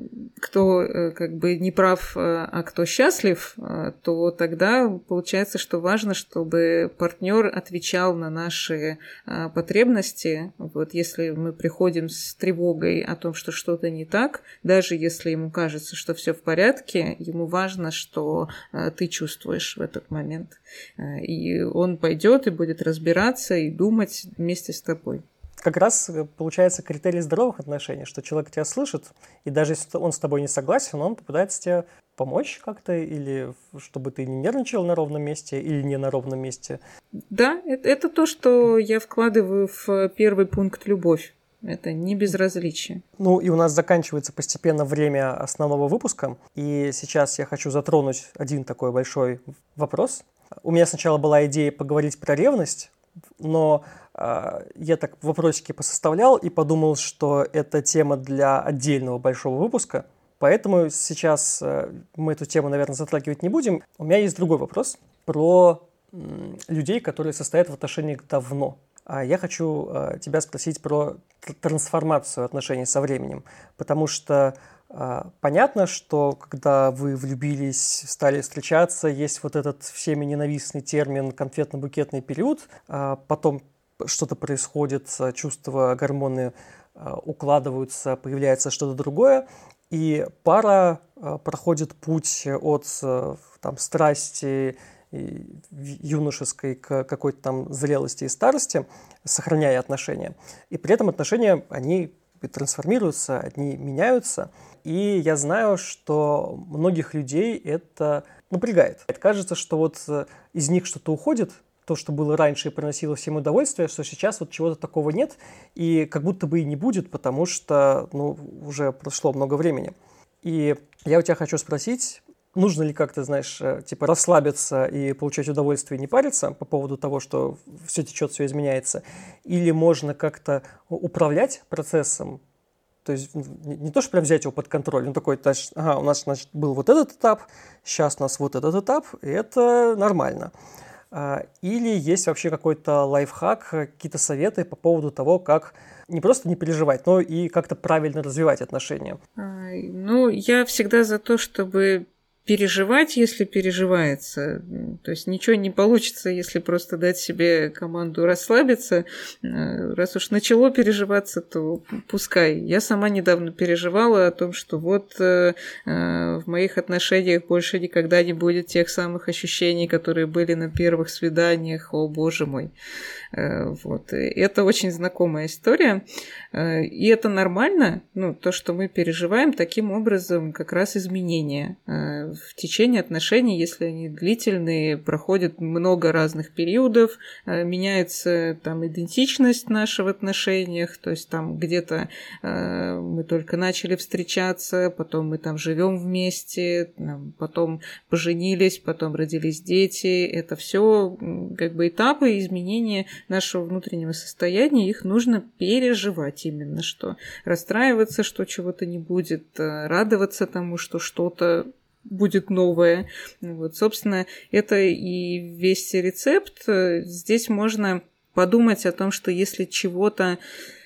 кто как бы не прав, а кто счастлив, то тогда получается, что важно, чтобы партнер отвечал на наши потребности. Вот если мы приходим с тревогой о том, что что-то не так, даже если ему кажется, что все в порядке, ему важно, что ты чувствуешь в этот момент. И он пойдет и будет разбираться и думать вместе с тобой. Как раз получается критерий здоровых отношений, что человек тебя слышит, и даже если он с тобой не согласен, он попытается тебе помочь как-то, или чтобы ты не нервничал на ровном месте, или не на ровном месте. Да, это то, что я вкладываю в первый пункт «любовь». Это не безразличие. Ну и у нас заканчивается постепенно время основного выпуска, и сейчас я хочу затронуть один такой большой вопрос. У меня сначала была идея поговорить про ревность, но я так вопросики посоставлял и подумал, что это тема для отдельного большого выпуска, поэтому сейчас мы эту тему, наверное, затрагивать не будем. У меня есть другой вопрос про людей, которые состоят в отношениях давно. Я хочу тебя спросить про трансформацию отношений со временем, потому что понятно, что когда вы влюбились, стали встречаться, есть вот этот всеми ненавистный термин конфетно-букетный период, потом что-то происходит, чувства, гормоны укладываются, появляется что-то другое, и пара проходит путь от там, страсти юношеской к какой-то там зрелости и старости, сохраняя отношения. И при этом отношения, они трансформируются, они меняются. И я знаю, что многих людей это напрягает. Кажется, что вот из них что-то уходит, то, что было раньше и приносило всем удовольствие, что сейчас вот чего-то такого нет, и как будто бы и не будет, потому что уже прошло много времени. И я у тебя хочу спросить, нужно ли как-то, знаешь, типа расслабиться и получать удовольствие и не париться по поводу того, что все течет, все изменяется, или можно как-то управлять процессом, то есть не то, что прям взять его под контроль, но такой, у нас, значит, был вот этот этап, сейчас у нас вот этот этап, и это нормально. Или есть вообще какой-то лайфхак, какие-то советы по поводу того, как не просто не переживать, но и как-то правильно развивать отношения? Я всегда за то, чтобы переживать, если переживается. То есть ничего не получится, если просто дать себе команду расслабиться. Раз уж начало переживаться, то пускай. Я сама недавно переживала о том, что вот в моих отношениях больше никогда не будет тех самых ощущений, которые были на первых свиданиях. О, боже мой. Вот. Это очень знакомая история. И это нормально, то, что мы переживаем таким образом, как раз изменения. В течение отношений, если они длительные, проходит много разных периодов, меняется там идентичность наша в отношениях, то есть там где-то мы только начали встречаться, потом мы там живем вместе, потом поженились, потом родились дети. Это все как бы этапы изменения нашего внутреннего состояния, их нужно переживать именно, что расстраиваться, что чего-то не будет, радоваться тому, что что-то будет новое. Вот, собственно, это и весь рецепт. Здесь можно подумать о том, что если чего-то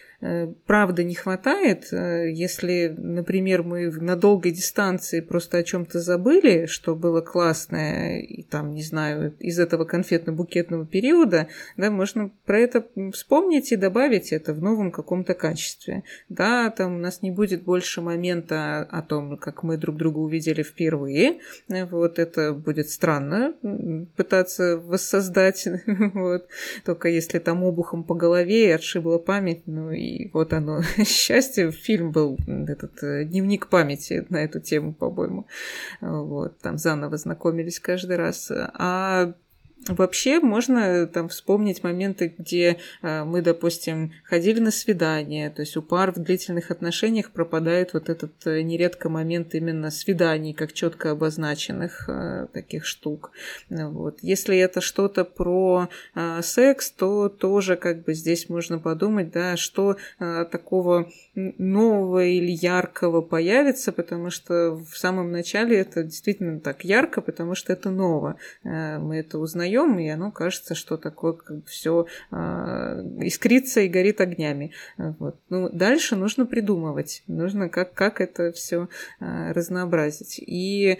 правда не хватает, если, например, мы на долгой дистанции просто о чем-то забыли, что было классное, и там, не знаю, из этого конфетно-букетного периода, да, можно про это вспомнить и добавить это в новом каком-то качестве. Да, там у нас не будет больше момента о том, как мы друг друга увидели впервые. Вот это будет странно пытаться воссоздать, вот. Только если там обухом по голове и отшибла память, и вот оно, счастье. Фильм был, этот дневник памяти на эту тему, по-моему. Вот, там заново знакомились каждый раз. А вообще можно там вспомнить моменты, где мы, допустим, ходили на свидание, то есть у пар в длительных отношениях пропадает вот этот нередко момент именно свиданий, как четко обозначенных таких штук. Вот. Если это что-то про секс, то тоже как бы здесь можно подумать, да, что такого нового или яркого появится, потому что в самом начале это действительно так ярко, потому что это ново. Мы это узнаем, и оно кажется, что такое как бы все искрится и горит огнями. Вот. Дальше нужно придумывать, нужно как это все разнообразить. И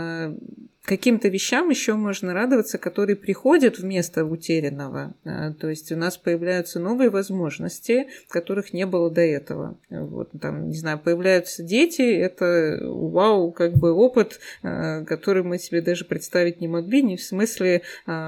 каким-то вещам еще можно радоваться, которые приходят вместо утерянного. То есть у нас появляются новые возможности, которых не было до этого. Вот, там, не знаю, появляются дети, это вау, как бы опыт, который мы себе даже представить не могли, не в смысле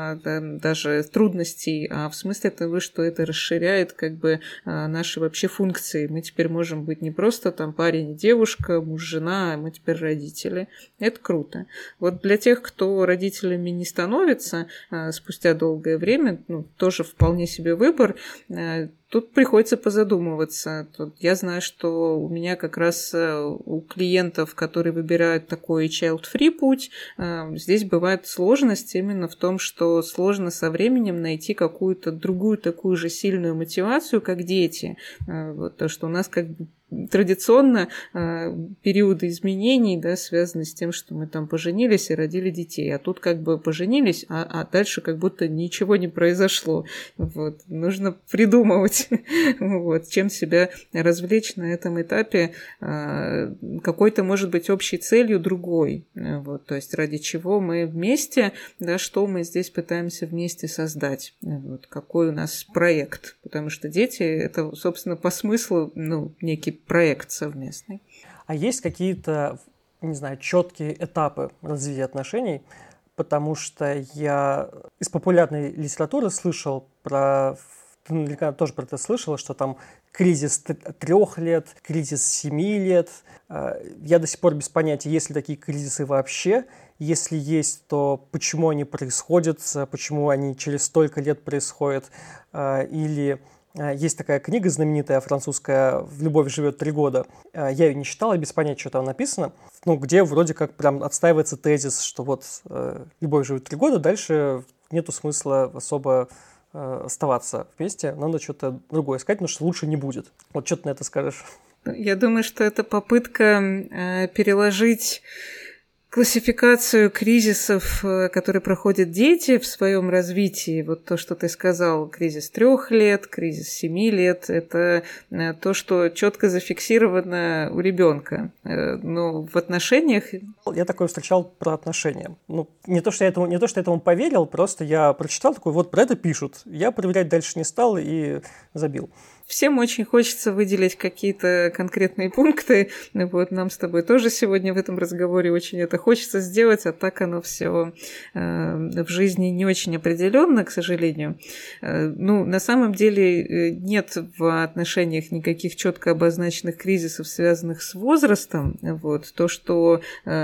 даже трудностей, а в смысле того, что это расширяет как бы наши вообще функции. Мы теперь можем быть не просто там парень и девушка, муж, жена, а мы теперь родители. Это круто. Вот для тех, кто родителями не становится спустя долгое время, тоже вполне себе выбор. Тут приходится позадумываться. Тут я знаю, что у меня как раз у клиентов, которые выбирают такой child-free путь, здесь бывает сложность именно в том, что что сложно со временем найти какую-то другую такую же сильную мотивацию, как дети. Вот, то, что у нас как бы традиционно периоды изменений, да, связаны с тем, что мы там поженились и родили детей, а тут как бы поженились, а дальше как будто ничего не произошло. Вот. Нужно придумывать, вот, чем себя развлечь на этом этапе, какой-то, может быть, общей целью другой. Вот. То есть ради чего мы вместе, да, что мы здесь пытаемся вместе создать, вот, какой у нас проект. Потому что дети — это, собственно, по смыслу, ну, некий проект совместный. А есть какие-то, не знаю, четкие этапы развития отношений? Потому что я из популярной литературы слышал про, ты наверняка тоже про это слышала, что там кризис 3 лет, кризис 7 лет. Я до сих пор без понятия, есть ли такие кризисы вообще. Если есть, то почему они происходят, почему они через столько лет происходят, или... Есть такая книга знаменитая французская «В любовь живет 3 года». Я ее не читал, я без понятия, что там написано. Ну, где вроде как прям отстаивается тезис, что вот любовь живет 3 года, дальше нету смысла особо оставаться вместе, надо что-то другое искать, потому что лучше не будет. Вот что ты на это скажешь? Я думаю, что это попытка переложить классификацию кризисов, которые проходят дети в своем развитии. Вот то, что ты сказал, кризис 3 лет, кризис 7 лет, это то, что четко зафиксировано у ребенка. Но в отношениях... Я такое встречал про отношения. Ну, не то, что я этому поверил, просто я прочитал такой, вот про это пишут. Я проверять дальше не стал и забил. Всем очень хочется выделить какие-то конкретные пункты. Вот нам с тобой тоже сегодня в этом разговоре очень это хочется сделать, а так оно все в жизни не очень определенно, к сожалению. Ну, на самом деле нет в отношениях никаких четко обозначенных кризисов, связанных с возрастом. Вот. То, что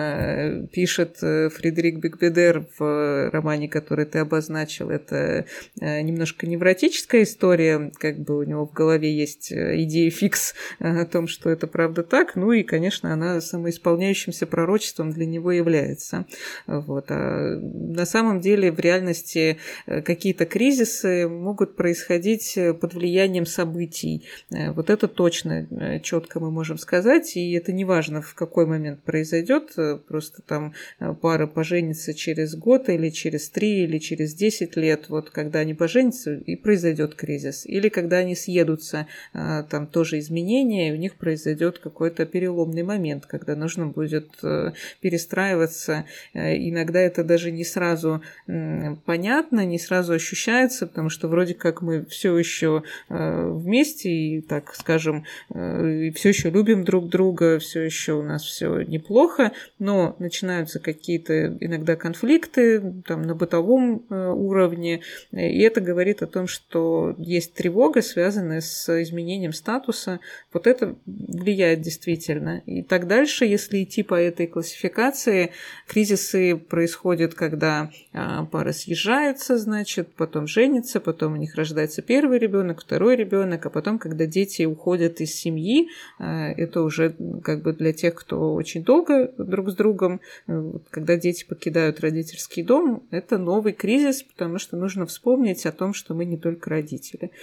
пишет Фредерик Бекбедер в романе, который ты обозначил, это немножко невротическая история, как бы у него в голове есть идея фикс о том, что это правда так, ну и, конечно, она самоисполняющимся пророчеством для него является. Вот. А на самом деле в реальности какие-то кризисы могут происходить под влиянием событий. Вот это точно, четко мы можем сказать, и это не важно, в какой момент произойдет, просто там пара поженится через год или через 3 или через 10 лет, вот когда они поженятся, и произойдет кризис. Или когда они съедутся, там тоже изменения, и у них произойдет какой-то переломный момент, когда нужно будет перестраиваться. Иногда это даже не сразу понятно, не сразу ощущается, потому что вроде как мы все еще вместе и, так скажем, все еще любим друг друга, все еще у нас все неплохо, но начинаются какие-то иногда конфликты там, на бытовом уровне, и это говорит о том, что есть тревога, связанная с изменением статуса. Вот это влияет действительно. И так дальше, если идти по этой классификации, кризисы происходят, когда пара съезжается, значит, потом женится, потом у них рождается первый ребенок, второй ребенок, а потом, когда дети уходят из семьи, это уже как бы для тех, кто очень долго друг с другом, когда дети покидают родительский дом, это новый кризис, потому что нужно вспомнить о том, что мы не только родители.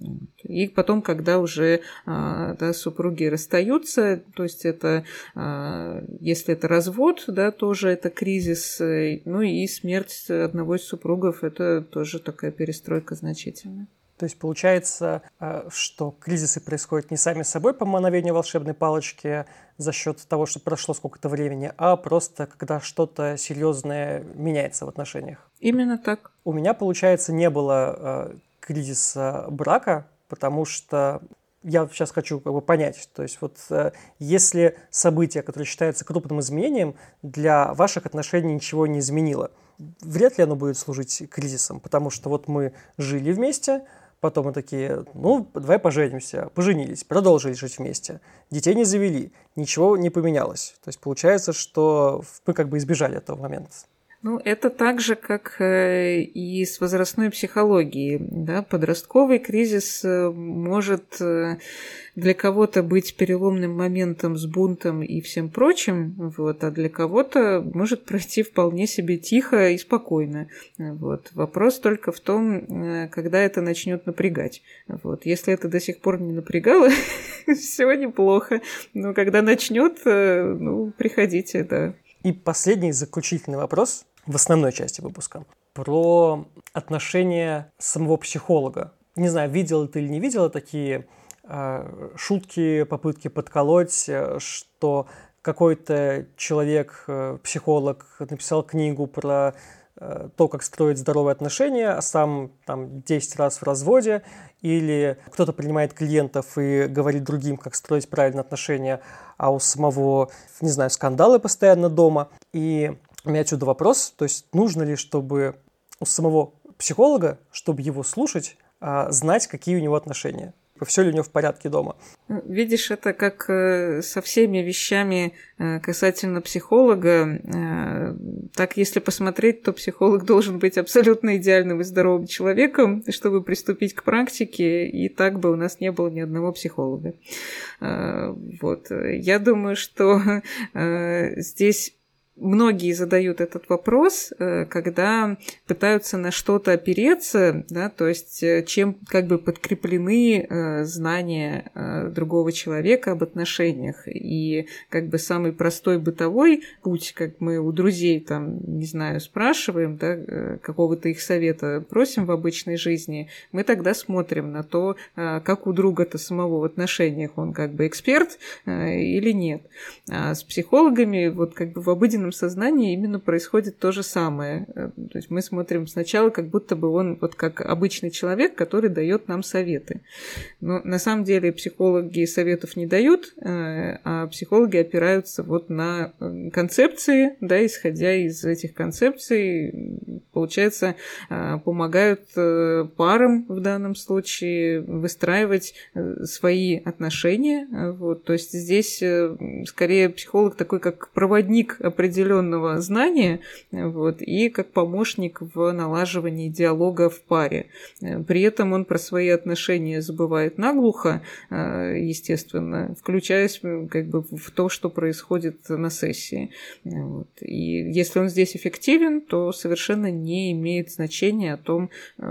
И потом, когда уже да, супруги расстаются, то есть это, если это развод, да, тоже это кризис, ну и смерть одного из супругов, это тоже такая перестройка значительная. То есть получается, что кризисы происходят не сами собой по мановению волшебной палочки за счет того, что прошло сколько-то времени, а просто когда что-то серьезное меняется в отношениях. Именно так. У меня, получается, не было кризиса брака, потому что я сейчас хочу как бы понять, то есть вот если событие, которое считается крупным изменением, для ваших отношений ничего не изменило, вряд ли оно будет служить кризисом, потому что вот мы жили вместе, потом мы такие, ну, давай поженимся, поженились, продолжили жить вместе, детей не завели, ничего не поменялось. То есть получается, что мы как бы избежали этого момента. Ну, это так же, как и с возрастной психологией. Да? Подростковый кризис может для кого-то быть переломным моментом с бунтом и всем прочим, вот, а для кого-то может пройти вполне себе тихо и спокойно. Вот. Вопрос только в том, когда это начнет напрягать. Вот. Если это до сих пор не напрягало, все неплохо. Но когда начнет, приходите, да. И последний заключительный вопрос в основной части выпуска про отношения самого психолога. Не знаю, видела ты или не видела такие шутки, попытки подколоть, что какой-то человек, психолог, написал книгу про то, как строить здоровые отношения, а сам там 10 раз в разводе, или кто-то принимает клиентов и говорит другим, как строить правильные отношения, а у самого, не знаю, скандалы постоянно дома. И у меня отсюда вопрос, то есть нужно ли, чтобы у самого психолога, чтобы его слушать, знать, какие у него отношения? Все ли у него в порядке дома? Видишь, это как со всеми вещами касательно психолога. Так, если посмотреть, то психолог должен быть абсолютно идеальным и здоровым человеком, чтобы приступить к практике, и так бы у нас не было ни одного психолога. Вот. Я думаю, что здесь многие задают этот вопрос, когда пытаются на что-то опереться, да, то есть чем как бы подкреплены знания другого человека об отношениях. И как бы самый простой бытовой путь, как мы у друзей там, не знаю, спрашиваем, да, какого-то их совета просим в обычной жизни, мы тогда смотрим на то, как у друга-то самого в отношениях, он как бы эксперт или нет. А с психологами вот как бы в обыденном сознании именно происходит то же самое. То есть мы смотрим сначала, как будто бы он вот как обычный человек, который дает нам советы. Но на самом деле психологи советов не дают, а психологи опираются вот на концепции, да, исходя из этих концепций, получается, помогают парам в данном случае выстраивать свои отношения. Вот. То есть здесь скорее психолог такой как проводник определенного знания, вот, и как помощник в налаживании диалога в паре. При этом он про свои отношения забывает наглухо, естественно, включаясь как бы в то, что происходит на сессии. Вот. И если он здесь эффективен, то совершенно не имеет значения о том,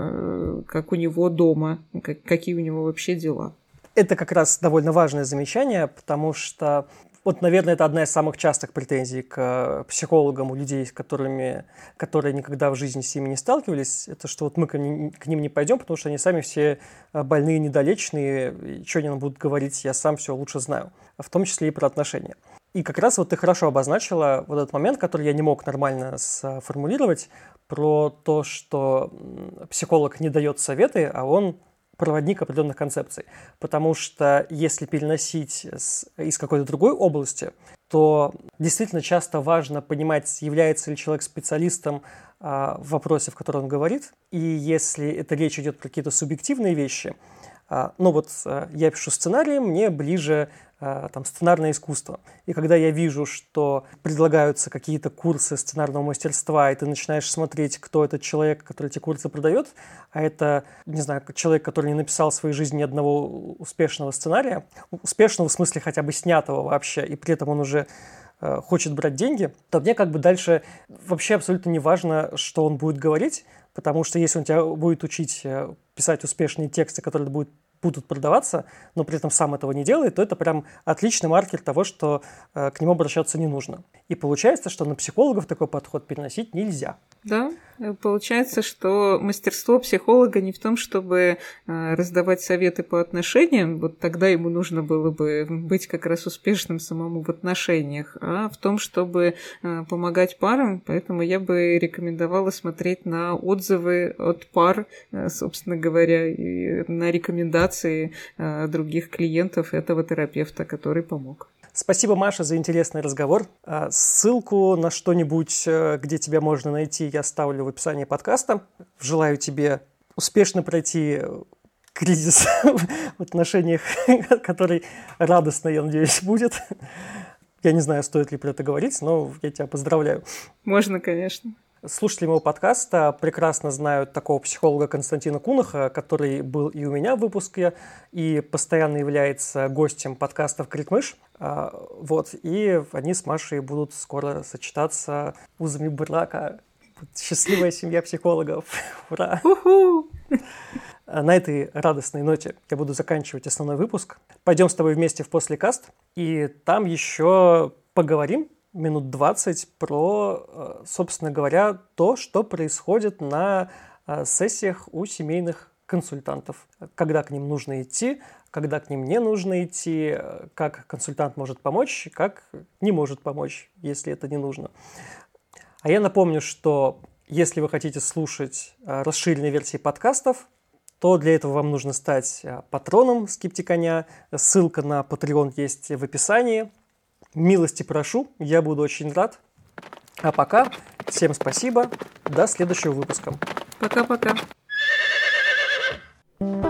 как у него дома, какие у него вообще дела. Это как раз довольно важное замечание, потому что вот, наверное, это одна из самых частых претензий к психологам у людей, которые никогда в жизни с ними не сталкивались. Это что вот мы к ним не пойдем, потому что они сами все больные, недолечные, и что они нам будут говорить, я сам все лучше знаю, в том числе и про отношения. И как раз вот ты хорошо обозначила вот этот момент, который я не мог нормально сформулировать, про то, что психолог не дает советы, а он проводник определенных концепций. Потому что если переносить из какой-то другой области, то действительно часто важно понимать, является ли человек специалистом в вопросе, в котором он говорит. И если это речь идет про какие-то субъективные вещи, я пишу сценарий, мне ближе сценарное искусство. И когда я вижу, что предлагаются какие-то курсы сценарного мастерства, и ты начинаешь смотреть, кто этот человек, который эти курсы продает, а это, не знаю, человек, который не написал в своей жизни ни одного успешного сценария, успешного в смысле хотя бы снятого вообще, и при этом он уже хочет брать деньги, то мне как бы дальше вообще абсолютно не важно, что он будет говорить, потому что если он тебя будет учить писать успешные тексты, которые будут продаваться, но при этом сам этого не делает, то это прям отличный маркер того, что к нему обращаться не нужно. И получается, что на психологов такой подход переносить нельзя. Да, получается, что мастерство психолога не в том, чтобы раздавать советы по отношениям, вот тогда ему нужно было бы быть как раз успешным самому в отношениях, а в том, чтобы помогать парам, поэтому я бы рекомендовала смотреть на отзывы от пар, собственно говоря, и на рекомендации других клиентов этого терапевта, который помог. Спасибо, Маша, за интересный разговор. Ссылку на что-нибудь, где тебя можно найти, я ставлю в описании подкаста. Желаю тебе успешно пройти кризис в отношениях, который радостно, я надеюсь, будет. Я не знаю, стоит ли про это говорить, но я тебя поздравляю. Можно, конечно. Слушатели моего подкаста прекрасно знают такого психолога Константина Кунаха, который был и у меня в выпуске, и постоянно является гостем подкастов «Крикмыш». И они с Машей будут скоро сочетаться узами брака. Счастливая семья психологов. Ура! На этой радостной ноте я буду заканчивать основной выпуск. Пойдем с тобой вместе в послекаст, и там еще поговорим минут 20 про, собственно говоря, то, что происходит на сессиях у семейных консультантов. Когда к ним нужно идти, когда к ним не нужно идти, как консультант может помочь, как не может помочь, если это не нужно. А я напомню, что если вы хотите слушать расширенные версии подкастов, то для этого вам нужно стать патроном Скептиконя. Ссылка на Patreon есть в описании. Милости прошу, я буду очень рад. А пока, всем спасибо, до следующего выпуска. Пока-пока.